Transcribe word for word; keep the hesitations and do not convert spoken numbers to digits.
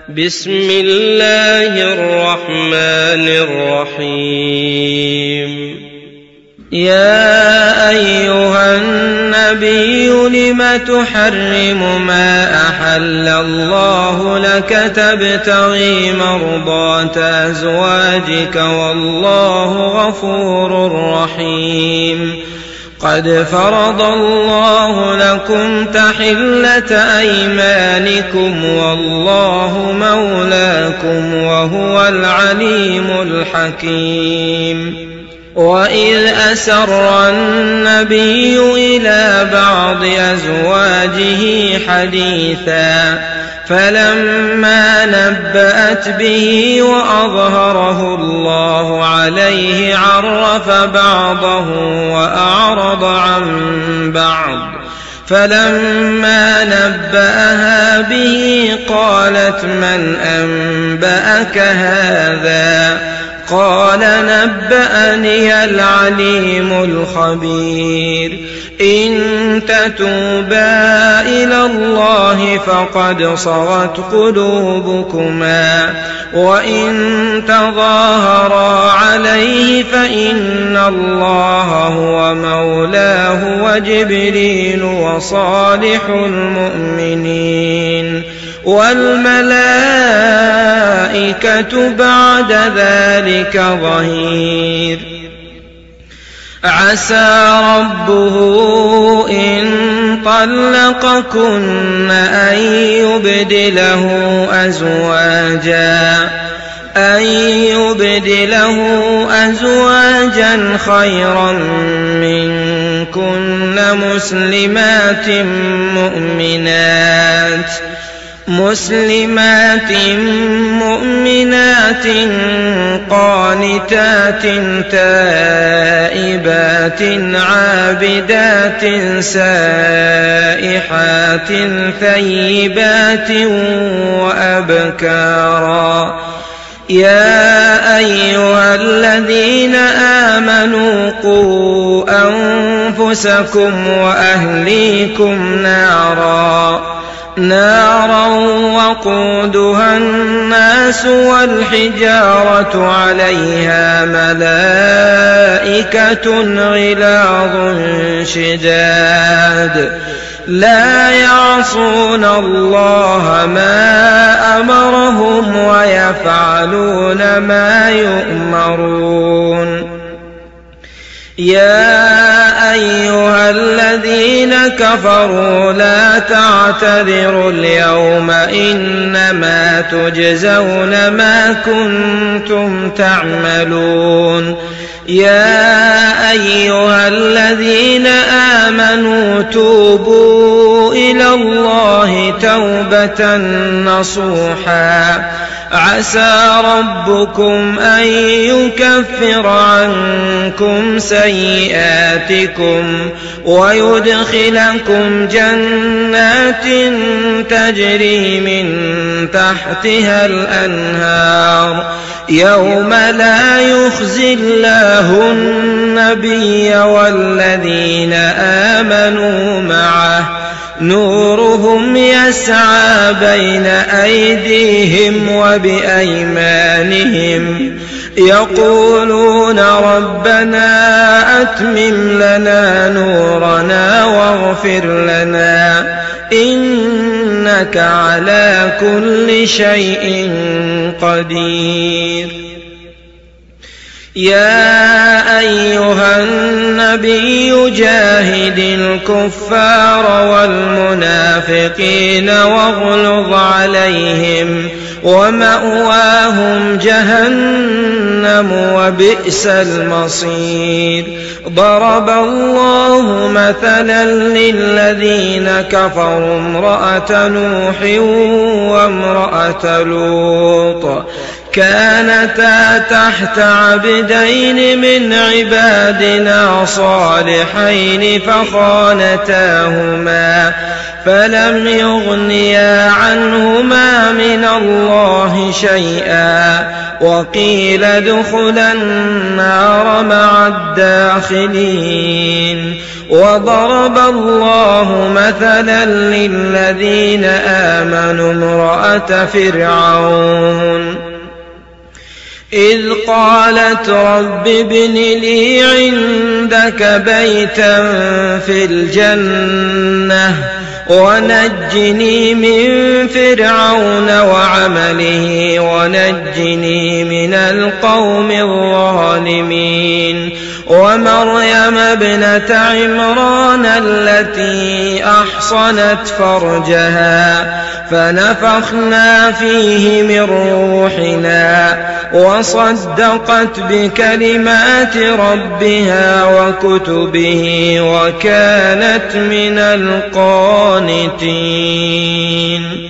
بسم الله الرحمن الرحيم. يا أيها النبي لم تحرم ما أحل الله لك تبتغي مرضات أزواجك والله غفور رحيم. قد فرض الله لكم تحلة أيمانكم والله مولاكم وهو العليم الحكيم. وإذ أسر النبي إلى بعض أزواجه حديثا فلما نبأت به وأظهره الله عليه عرف بعضه وأعرض عن بعض. فلما نبأها به قالت من أنبأك هذا؟ قال نبأني العليم الخبير. إن تتوبا إلى الله فقد صغت قلوبكما وإن تظاهرا عليه فإن الله هو مولاه وجبريل وصالح المؤمنين والملائكة بعد ذلك ظهير. عسى ربه إن طلقكن أن يبدله أزواجا أن يبدله أزواجا خيرا منكن مسلمات مؤمنات مسلمات مؤمنات قانتات تائبات عابدات سائحات ثيبات وأبكارا. يا أيها الذين آمنوا قوا أنفسكم وأهليكم نارا نارا وقودها الناس والحجارة عليها ملائكة غلاظ شداد لا يعصون الله ما أمرهم ويفعلون ما يؤمرون. يا أيها الذين كفروا لا تعتذروا اليوم إنما تجزون ما كنتم تعملون. يا أيها الذين آمنوا توبوا إلى الله توبة نصوحا عسى ربكم أن يكفر عنكم سيئاتكم ويدخلكم جنات تجري من تحتها الأنهار يوم لا يخزي الله النبي والذين آمنوا معه نورهم يسعى بين أيديهم وبأيمانهم يقولون ربنا أتمم لنا نورنا واغفر لنا إنك على كل شيء قدير. يا أيها النبي جاهد الكفار والمنافقين واغلظ عليهم ومأواهم جهنم وبئس المصير. ضرب الله مثلا للذين كفروا امرأة نوح وامرأة لوط كانتا تحت عبدين من عبادنا صالحين فخانتاهما فلم يغنيا عنهما من الله شيئا وقيل ادخلا النار مع الداخلين. وضرب الله مثلا للذين آمنوا امرأة فرعون إذ قالت رب ابن لي عندك بيتا في الجنة ونجني من فرعون وعمله ونجني من القوم الظالمين. ومريم ابنة عمران التي أحصنت فرجها فنفخنا فيه من روحنا وصدقت بكلمات ربها وكتبه وكانت من القانتين.